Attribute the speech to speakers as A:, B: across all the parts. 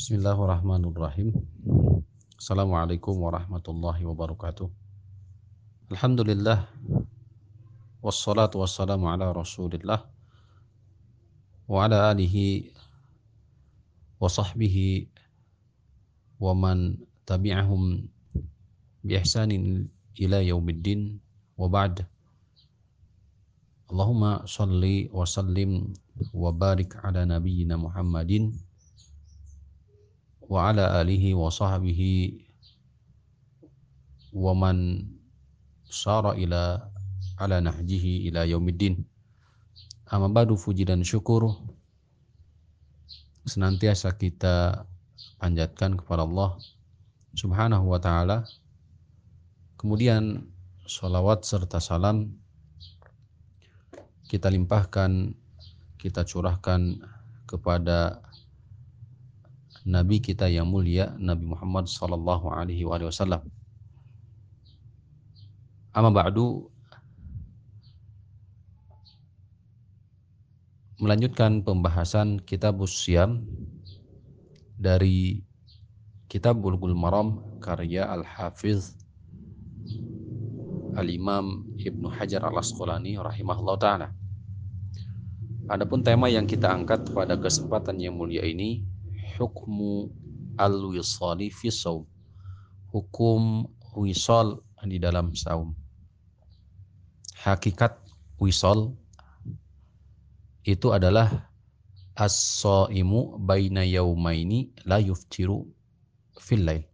A: Bismillahirrahmanirrahim. Assalamualaikum warahmatullahi wabarakatuh. Alhamdulillah, wassalatu wassalamu ala rasulillah wa ala alihi wa sahbihi wa man tabi'ahum bi ihsanin ila yaumiddin wa ba'd. Allahumma salli wa sallim wa barik ala nabiyyina Muhammadin wa ala alihi wa sahbihi wa man sara ala nahjihi ila yaumiddin. Amma ba'du, puji dan syukur senantiasa kita panjatkan kepada Allah Subhanahu wa ta'ala. Kemudian salawat serta salam kita limpahkan, kita curahkan kepada Nabi kita yang mulia, Nabi Muhammad sallallahu alaihi wasallam. Amma ba'du, melanjutkan pembahasan Kitabus Syam dari Kitab Bulughul Maram karya Al-Hafiz Al-Imam Ibnu Hajar Al-Asqalani rahimahullah ta'ala. Adapun tema yang kita angkat pada kesempatan yang mulia ini, hukmu al-wisali fi shaum, hukum wisal di dalam saum. Hakikat wisal itu adalah as-shaimu baina yaumaini la yuftiru fil lail,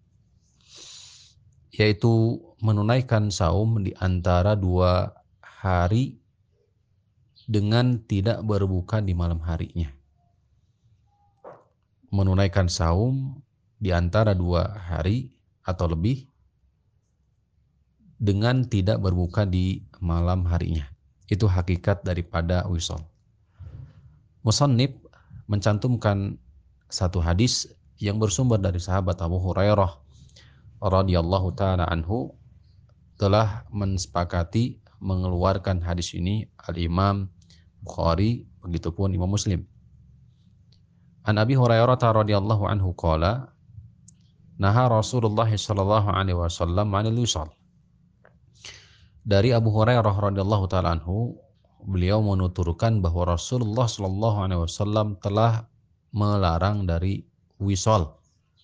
A: yaitu menunaikan saum di antara 2 hari dengan tidak berbuka di malam harinya. Menunaikan saum di antara 2 hari atau lebih dengan tidak berbuka di malam harinya. Itu hakikat daripada wisal. Musannif mencantumkan satu hadis yang bersumber dari sahabat Abu Hurairah radhiyallahu ta'ala anhu, telah mensepakati mengeluarkan hadis ini Al-Imam Bukhari, begitupun Imam Muslim. An Abi Hurairah radhiyallahu anhu qala naha Rasulullah sallallahu alaihi wasallam 'anil wisal. Dari Abu Hurairah radhiyallahu ta'ala anhu, beliau menuturkan bahwa Rasulullah sallallahu alaihi wasallam telah melarang dari wisal.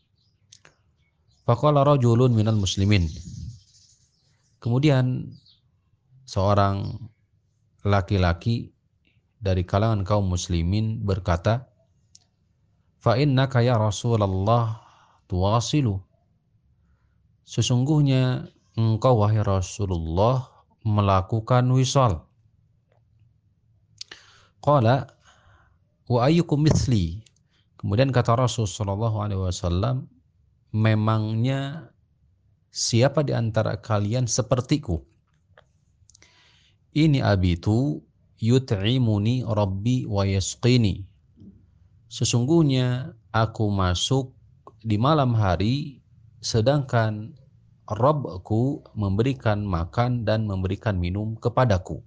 A: Faqala rajulun minal muslimin. Kemudian seorang laki-laki dari kalangan kaum muslimin berkata, fa innaka ya Rasulullah tuwasilu. Sesungguhnya engkau wahai Rasulullah melakukan wisal. Qala wa ayyukum mithli. Kemudian kata Rasul sallallahu alaihi wasallam, memangnya siapa di antara kalian sepertiku? Ini abitu yut'imuni rabbi wa yasqini. Sesungguhnya aku masuk di malam hari sedangkan Rabbku memberikan makan dan memberikan minum kepadaku.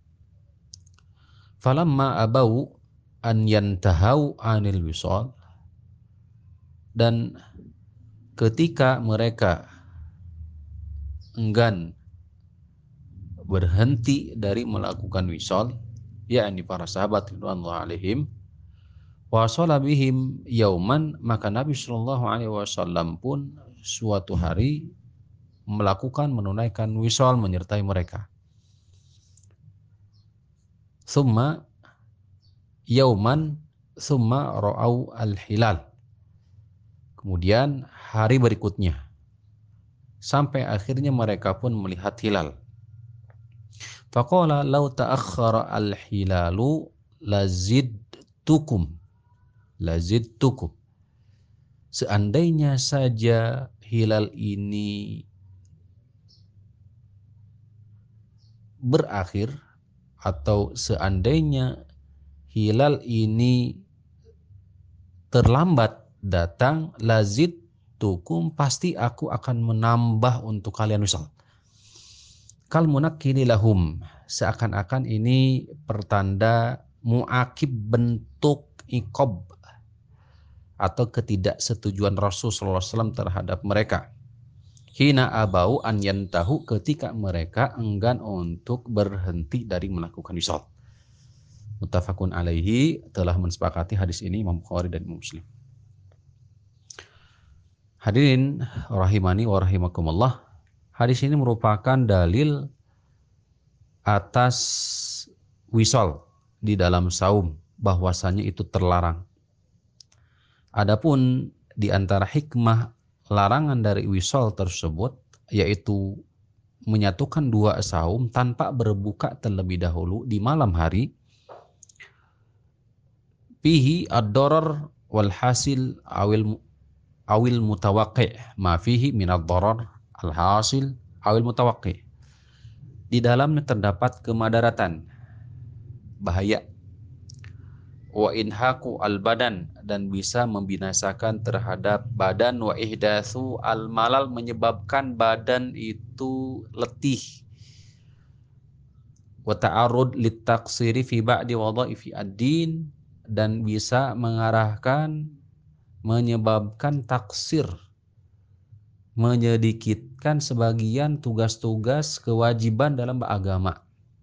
A: Falamma abau an yantahau anil wisal. Dan ketika mereka enggan berhenti dari melakukan wisal, yakni para sahabat radhiyallahu alaihim, wa shalla bihim yauman, maka Nabi sallallahu alaihi wasallam pun suatu hari menunaikan wisal menyertai mereka. Summa yauman summa ra'au al-hilal. Kemudian hari berikutnya sampai akhirnya mereka pun melihat hilal. Faqala law ta'akhkhara al-hilalu lazidtukum. Seandainya saja hilal ini berakhir, atau seandainya hilal ini terlambat datang, lazidtukum, pasti aku akan menambah untuk kalian wisal. Kal munakkili lahum, seakan-akan ini pertanda muakib, bentuk ikob atau ketidaksetujuan Rasulullah SAW terhadap mereka. Hina abau an yantahu, ketika mereka enggan untuk berhenti dari melakukan wisal. Muttafaqun alaihi, telah mensepakati hadis ini Imam Bukhari dan Imam Muslim. Hadirin rahimani wa rahimakumullah, hadis ini merupakan dalil atas wisal di dalam saum, bahwasanya itu terlarang. Adapun di antara hikmah larangan dari wisal tersebut, yaitu menyatukan dua saum tanpa berbuka terlebih dahulu di malam hari. Fihi ad-darar wal hasil awil mutawaqqi' ma fihi min ad-darar al hasil awil mutawaqqi'. Di dalamnya terdapat kemadaratan, bahaya, wa inhaku al badan, dan bisa membinasakan terhadap badan, wa ihdatsu al malal, menyebabkan badan itu letih, wa ta'arrud lit taqsiri fi ba'di wadha'ifi ad-din, dan bisa mengarahkan, menyebabkan taksir, menyedikitkan sebagian tugas-tugas kewajiban dalam beragama.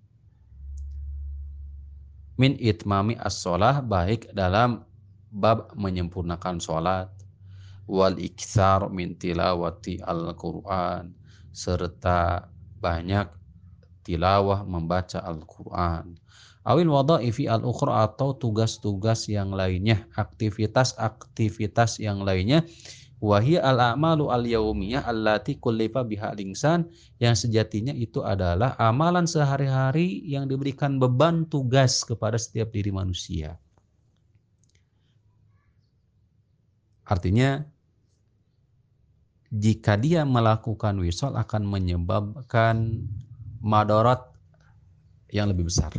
A: Min itmami as-sholah, baik dalam bab menyempurnakan sholat, wal iktsar min tilawati al-Quran, serta banyak tilawah membaca Al-Quran, awil wadha'ifi al-ukhra, atau tugas-tugas yang lainnya, aktivitas-aktivitas yang lainnya, wahia al-a'malu al-yaumiyah allati kullifa biha al-insan, yang sejatinya itu adalah amalan sehari-hari yang diberikan beban tugas kepada setiap diri manusia. Artinya, jika dia melakukan wisal akan menyebabkan madarat yang lebih besar.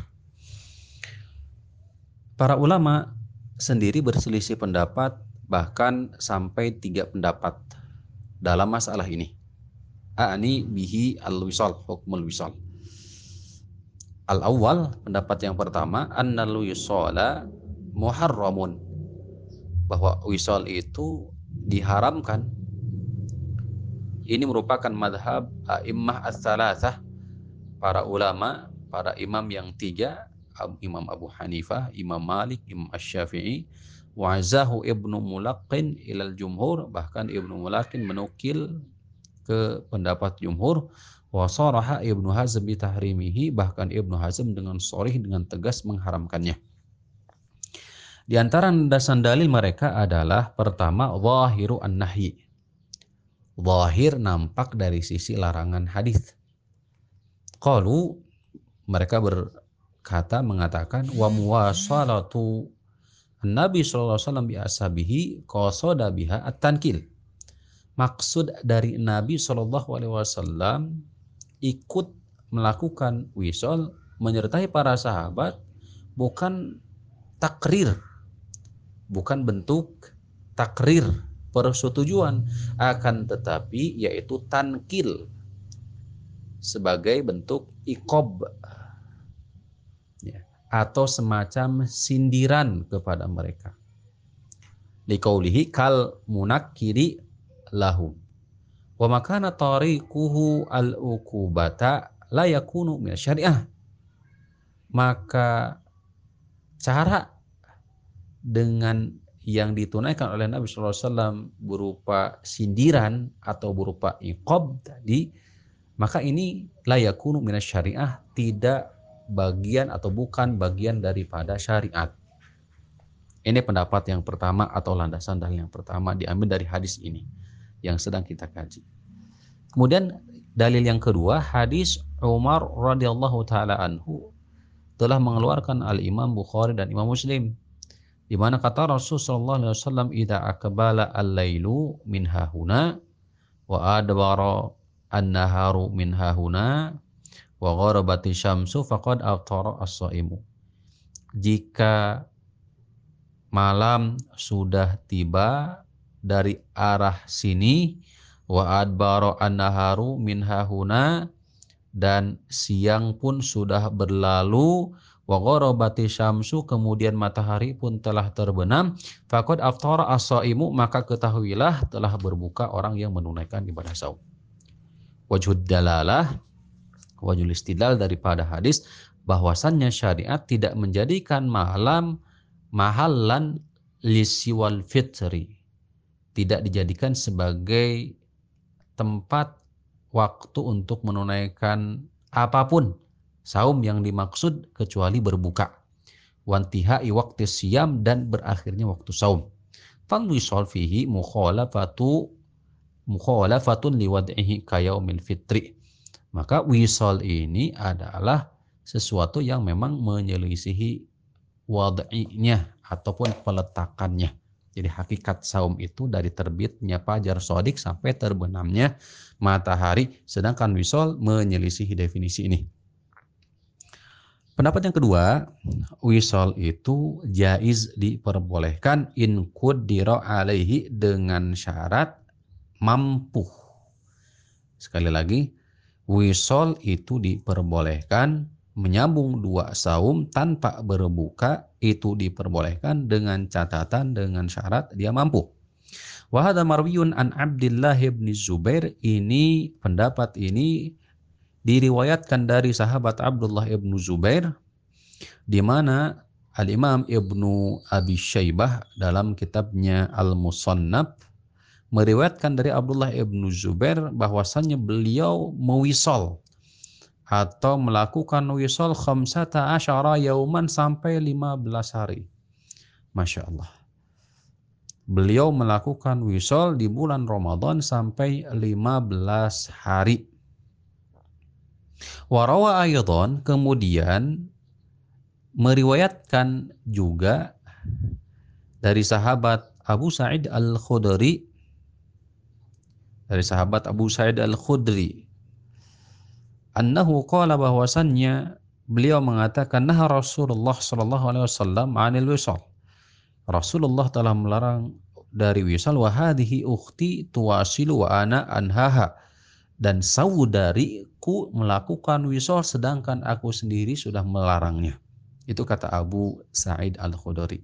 A: Para ulama sendiri berselisih pendapat, bahkan sampai 3 pendapat dalam masalah ini. A'ni bihi al-wisal, hukmul wisal. Al-awwal, pendapat yang pertama, annal wisala muharramun, bahwa wisal itu diharamkan. Ini merupakan madhab a'immah ats-tsalatsah, para ulama, para imam yang 3, Imam Abu Hanifah, Imam Malik, Imam Asy-Syafi'i, wa'azahu Ibnu Mulaqqin ilal jumhur, bahkan Ibnu Mulaqqin menukil ke pendapat jumhur, wa sharaha Ibnu Hazm bi tahrimihi, bahkan Ibnu Hazm dengan sharih, dengan tegas mengharamkannya. Di antara landasan dalil mereka adalah pertama, zahiru an-nahyi. Zahir, nampak dari sisi larangan hadis. Qalu, mereka mengatakan, wa muwasalatu Nabi sallallahu alaihi wasallam bi ashabihi qasada biha at-tankil. Maksud dari Nabi sallallahu alaihi wasallam ikut melakukan wisal menyertai para sahabat bukan takrir, bukan bentuk takrir, persetujuan, akan tetapi yaitu tankil, sebagai bentuk iqab, ya, atau semacam sindiran kepada mereka. Liqaulihi kal munakkiri lahum wa makana tariquhu al-uqubata la yakunu min syariah. Maka cara dengan yang ditunaikan oleh Nabi SAW berupa sindiran atau berupa iqab tadi, maka ini la yakunu min syariah, tidak bagian atau bukan bagian daripada syariat. Ini pendapat yang pertama atau landasan dalil yang pertama, diambil dari hadis ini yang sedang kita kaji. Kemudian dalil yang kedua, hadis Umar radhiyallahu taala anhu, telah mengeluarkan Al-Imam Bukhari dan Imam Muslim, di mana kata Rasul sallallahu alaihi wasallam, idza aqbala al-lailu min hahuna wa adbara an-naharu min hahuna wa gharabati syamsu faqad aftara as-shaimu. Jika malam sudah tiba dari arah sini, wa adbara an-naharu min hahuna, dan siang pun sudah berlalu, wa gharabati syamsu, kemudian matahari pun telah terbenam, faqad aftara as-shaimu, maka ketahuilah telah berbuka orang yang menunaikan ibadah saum. Wajhud dalalah, wajhul istidlal daripada hadis bahwasannya syariat tidak menjadikan mahallan lisiwal fitri, tidak dijadikan sebagai tempat waktu untuk menunaikan apapun saum yang dimaksud kecuali berbuka, wantihai waqti siyam, dan berakhirnya waktu saum. Fal wisal fihi mukhalafatun liwad'ihi kayaumil fitri, maka wisal ini adalah sesuatu yang memang menyelisihi wad'inya ataupun peletakannya. Jadi hakikat saum itu dari terbitnya fajar shadiq sampai terbenamnya matahari, sedangkan wisal menyelisihi definisi ini. Pendapat yang kedua, wisal itu jaiz, diperbolehkan, in quddira alaihi, dengan syarat mampu. Sekali lagi, wisal itu diperbolehkan, menyambung dua saum tanpa berbuka itu diperbolehkan dengan catatan, dengan syarat dia mampu. Wa hadza marwiyun an Abdullah bin Zubair, ini pendapat ini diriwayatkan dari sahabat Abdullah ibnu Zubair, di mana Al-Imam Ibnu Abi Syaibah dalam kitabnya Al-Musannaf meriwayatkan dari Abdullah ibnu Zubair bahwasannya beliau mewisal atau melakukan wisal 15 yauman, sampai 15 hari. Masya Allah. Beliau melakukan wisal di bulan Ramadan sampai 15 hari. Warawa aydan, kemudian meriwayatkan juga dari sahabat Abu Sa'id Al-Khudri, annahu qala, bahwasannya beliau mengatakan, nah Rasulullah sallallahu alaihi wasallam 'anil wisal, Rasulullah telah melarang dari wisal, wa hadhihi ukhti tuwasilu wa ana anhaha, dan saudariku melakukan wisal sedangkan aku sendiri sudah melarangnya. Itu kata Abu Sa'id Al-Khudri.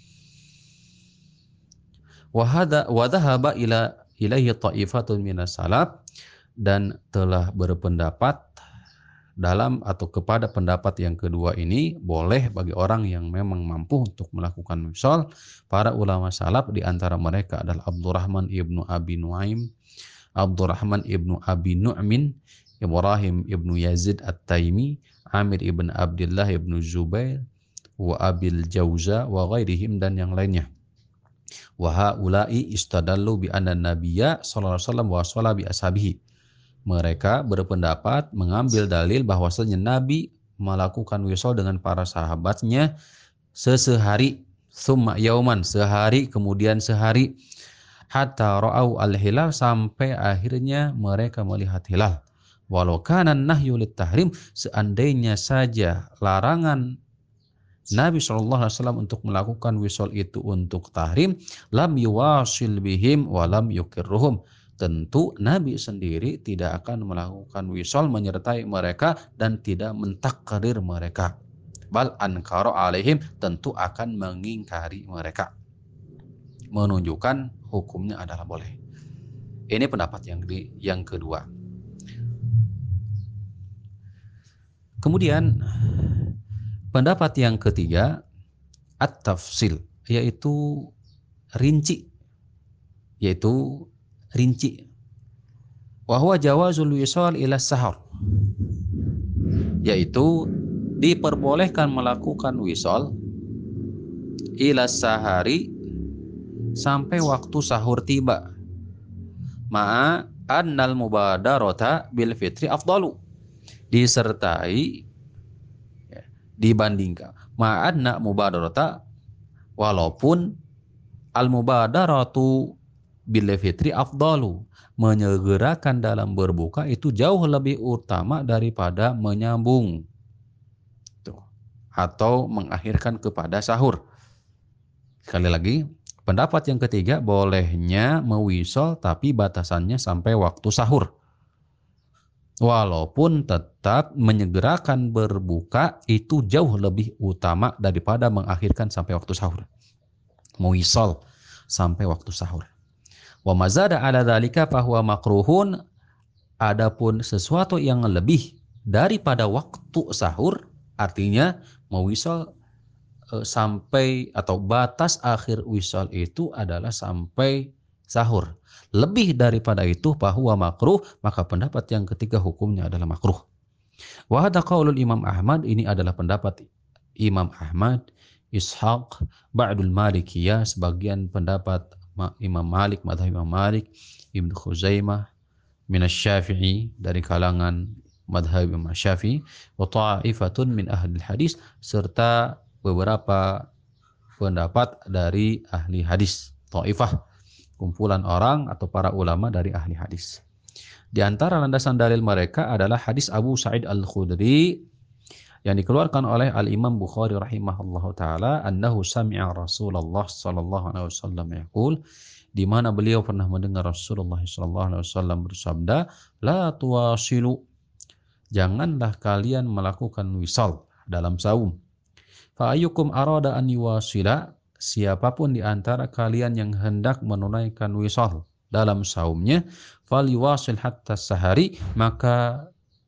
A: Wa dhahaba ilaihi ta'ifatun minas salaf, dan telah berpendapat dalam atau kepada pendapat yang kedua ini, boleh bagi orang yang memang mampu untuk melakukan wisal. Para ulama salaf di antara mereka adalah Abdurrahman ibnu Abi Nuaim, Abdurrahman ibnu Abi Nu'min, Ibrahim ibnu Yazid At-Taimi, Amir ibn Abdullah ibnu Zubair, wa Abil Jauza wa ghairihim, dan yang lainnya. Wa haula'i istadallu bi anna nabiyya sallallahu alaihi wasallam wa shalla bi ashabihi. Mereka berpendapat, mengambil dalil bahwasanya Nabi melakukan wisal dengan para sahabatnya sehari, summa yauman, sehari kemudian sehari, hatta ra'au al-hilal, sampai akhirnya mereka melihat hilal. Walau kana nahyu lit-tahrim, seandainya saja larangan Nabi SAW untuk melakukan wisal itu untuk tahrim, lam yuwasil bihim wa lam yukirruhum, tentu Nabi sendiri tidak akan melakukan wisal menyertai mereka dan tidak mentakrir mereka. Bal ankara alaihim, tentu akan mengingkari mereka. Menunjukkan hukumnya adalah boleh. Ini pendapat yang kedua. Kemudian pendapat yang ketiga, at-tafsil, yaitu rinci. Wa huwa jawazul wisal ila sahar, yaitu diperbolehkan melakukan wisal ila sahari, sampai waktu sahur tiba. Ma'a annal mubadarata bil fitri afdalu, disertai dibandingkan ma'anna mubadarata, walaupun al mubadaratu bil fitri afdalu, menyegerakan dalam berbuka itu jauh lebih utama daripada menyambung atau mengakhirkan kepada sahur. Sekali lagi, pendapat yang ketiga, bolehnya mewisal tapi batasannya sampai waktu sahur. Walaupun tetap menyegerakan berbuka itu jauh lebih utama daripada mengakhirkan sampai waktu sahur. Muwisal sampai waktu sahur. Wa mazada ala dzalika fahuwa makruhun. Adapun sesuatu yang lebih daripada waktu sahur, artinya mewisal sampai atau batas akhir wisal itu adalah sampai sahur. Lebih daripada itu bahwa makruh, maka pendapat yang ketiga hukumnya adalah makruh. Wa hadza qaulul Imam Ahmad, ini adalah pendapat Imam Ahmad, Ishaq, ba'dul Malikiyah, sebagian pendapat Imam Malik, madhab Imam Malik, Ibnu Khuzaimah, minasy-Syafi'i, dari kalangan madhab Imam Syafi'i, wa ta'ifatun min ahli hadis, serta beberapa pendapat dari ahli hadis. Ta'ifah, kumpulan orang atau para ulama dari ahli hadis. Di antara landasan dalil mereka adalah hadis Abu Sa'id Al-Khudri yang dikeluarkan oleh Al-Imam Bukhari rahimahullahu taala, annahu sami'a Rasulullah sallallahu alaihi wasallam yaqul, di mana beliau pernah mendengar Rasulullah sallallahu alaihi wasallam bersabda, la tuwasilu, janganlah kalian melakukan wisal dalam saum. Fa ayyukum arada an yuwasila, siapapun di antara kalian yang hendak menunaikan wisal dalam saumnya, fal yuwasil hatta sahari, maka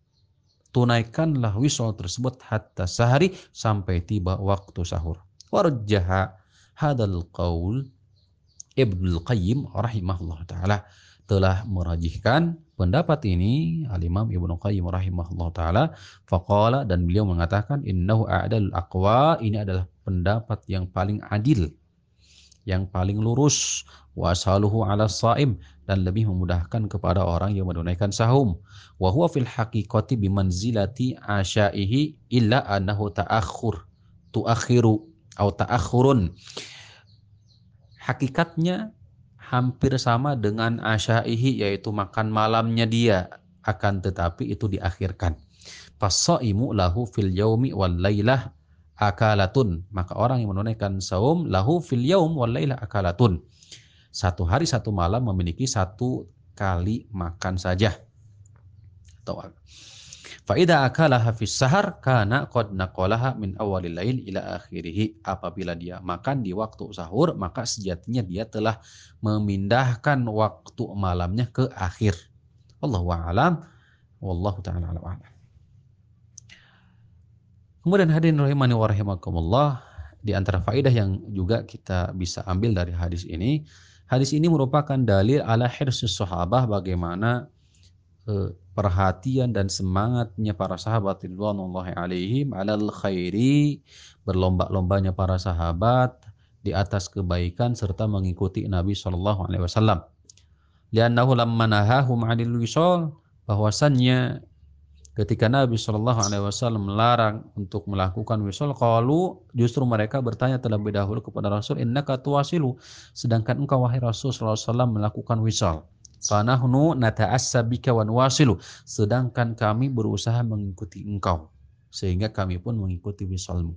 A: tunaikanlah wisal tersebut hatta sahari, sampai tiba waktu sahur. Warajjaha hadal qaul Ibnu Qayyim rahimahullah ta'ala, telah merajihkan pendapat ini Al-Imam Ibnu Qayyim rahimahullah ta'ala. Faqala, dan beliau mengatakan, innahu a'dalul aqwa, ini adalah pendapat yang paling adil, yang paling lurus, wa ashaluhu ala shaim, dan lebih memudahkan kepada orang yang menunaikan sahum. Wa huwa fil haqiqati bimanzilati asyaihi illa annahu tuakhiru atau ta'akhurun. Hakikatnya hampir sama dengan asyaihi, yaitu makan malamnya dia, akan tetapi itu diakhirkan. Fasaimu lahu fil yaumi wal lailah akalatun, maka orang yang menunaikan saum lahu fil yaum wal lailah akalatun, satu hari satu malam memiliki satu kali makan saja. Fa idza akalaha fis sahar kana qad naqalaha min awalil lail ila akhirih, apabila dia makan di waktu sahur, maka sejatinya dia telah memindahkan waktu malamnya ke akhir. Wallahu a'lam, wallahu ta'ala a'lam. Kemudian hadirin rahimani wa rahimakumullah, di antara faedah yang juga kita bisa ambil dari hadis ini merupakan dalil ala hirsus sahabah, bagaimana perhatian dan semangatnya para sahabat ridwanullahi alaihim alal khairi, berlomba-lombanya para sahabat di atas kebaikan serta mengikuti Nabi sallallahu alaihi wasallam. Li'annahu lamma nahahum 'anil wisal, bahwasannya ketika Nabi sallallahu alaihi wasallam melarang untuk melakukan wisal, qalu, justru mereka bertanya terlebih dahulu kepada Rasul, innaka tuwasilu, sedangkan engkau wahai Rasul sallallahu alaihi wasallam melakukan wisal. Fanahnu nata'assa bika wa nuwasilu, sedangkan kami berusaha mengikuti engkau sehingga kami pun mengikuti wisalmu.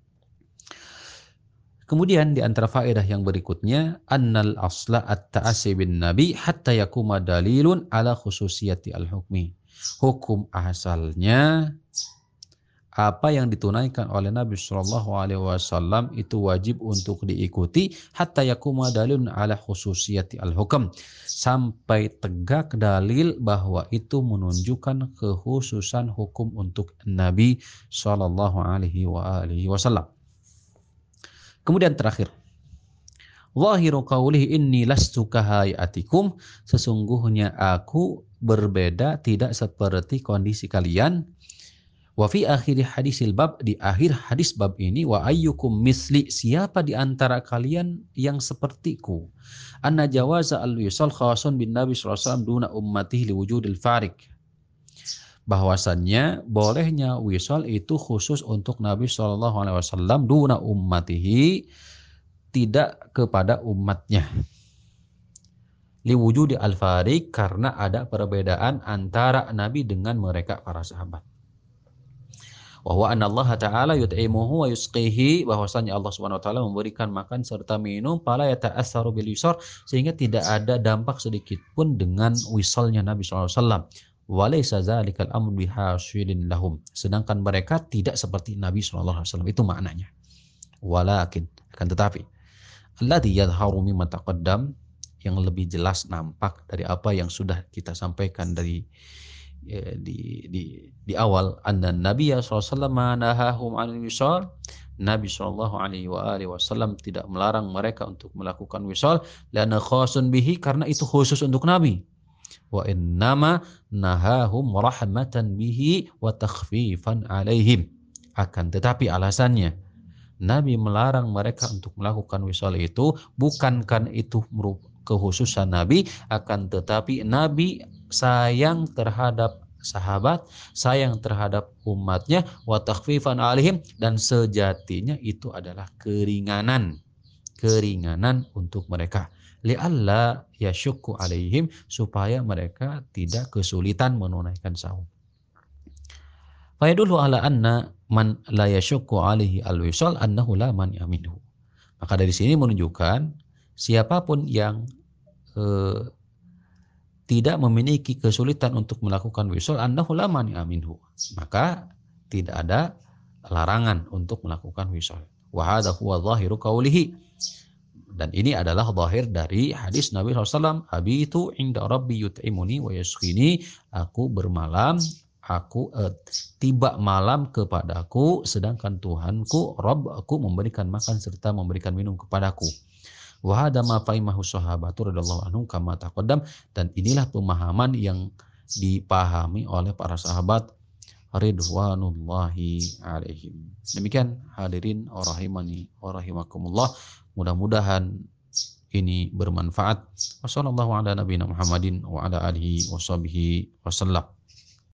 A: Kemudian di antara faedah yang berikutnya, annal asla at-ta'assi bin nabi hatta yakuma dalilun ala khususiyati al-hukmi. Hukum asalnya apa yang ditunaikan oleh Nabi Shallallahu Alaihi Wasallam itu wajib untuk diikuti hatta yakuma dalilun ala khususiyati al-hukm, sampai tegak dalil bahwa itu menunjukkan kekhususan hukum untuk Nabi Shallallahu Alaihi Wasallam. Kemudian terakhir, zahiru qawlihi inni lastu kahayatikum, sesungguhnya aku berbeda tidak seperti kondisi kalian. Wa fi akhir hadisil bab, di akhir hadis bab ini, wa ayyukum misli, siapa di antara kalian yang sepertiku. Anna jawaza al-wisal khasun bin Nabi sallallahu alaihi wasallam duna ummatihi liwujudil farik, bahwasannya bolehnya wisal itu khusus untuk Nabi sallallahu alaihi wasallam duna ummatihi, tidak kepada umatnya. Liwujudi al-farik, karena ada perbedaan antara Nabi dengan mereka para sahabat. Wa huwa anna Allah ta'ala yut'imuhu wa yusqihi, bahwasanya Allah Subhanahu wa taala memberikan makan serta minum, fala yata'assaru bil wisal, sehingga tidak ada dampak sedikit pun dengan wisalnya Nabi sallallahu alaihi wasallam. walaysa dzalikal amru bihasilin lahum. Sedangkan mereka tidak seperti Nabi SAW. Itu maknanya. Walakin, akan tetapi, alladzi yadhharu mimma taqaddam, yang lebih jelas nampak dari apa yang sudah kita sampaikan dari di awal, anna Nabi SAW nahahum 'anil wisal. Nabi SAW tidak melarang mereka untuk melakukan wisal, lana khasun bihi, karena itu khusus untuk Nabi. Wa innama nahahum rahmatan bihi wa takhfifan alaihim. Akan tetapi alasannya Nabi melarang mereka untuk melakukan wisal itu bukan kan itu kekhususan Nabi, akan tetapi Nabi sayang terhadap sahabat, sayang terhadap umatnya, wa takhfifan alaihim, dan sejatinya itu adalah keringanan untuk mereka. Li'alla yasyukku alaihim, supaya mereka tidak kesulitan menunaikan saum. Fayadullu ala anna man la yasyukku alaihi al-wisal annahu la mani'a minhu. Maka dari sini menunjukkan siapapun yang tidak memiliki kesulitan untuk melakukan wisal, annahu la mani'a minhu, maka tidak ada larangan untuk melakukan wisal. Wa hadza huwa zahiru qaulihi, dan ini adalah zahir dari hadis Nabi SAW, abitu inda rabbi yut'imuni wa yasqini, aku bermalam, aku tiba malam kepadaku, sedangkan Tuhanku, Rabbku, memberikan makan serta memberikan minum kepadaku. Wa hadza ma fahimahu sahabatu radhiyallahu anhum kama taqaddam, dan inilah pemahaman yang dipahami oleh para sahabat ridwanullahi alaihim. Demikian hadirin rahimani wa rahimakumullah, mudah-mudahan ini bermanfaat. Wassallallahu ala nabiyina Muhammadin wa ala alihi washabihi wasallam.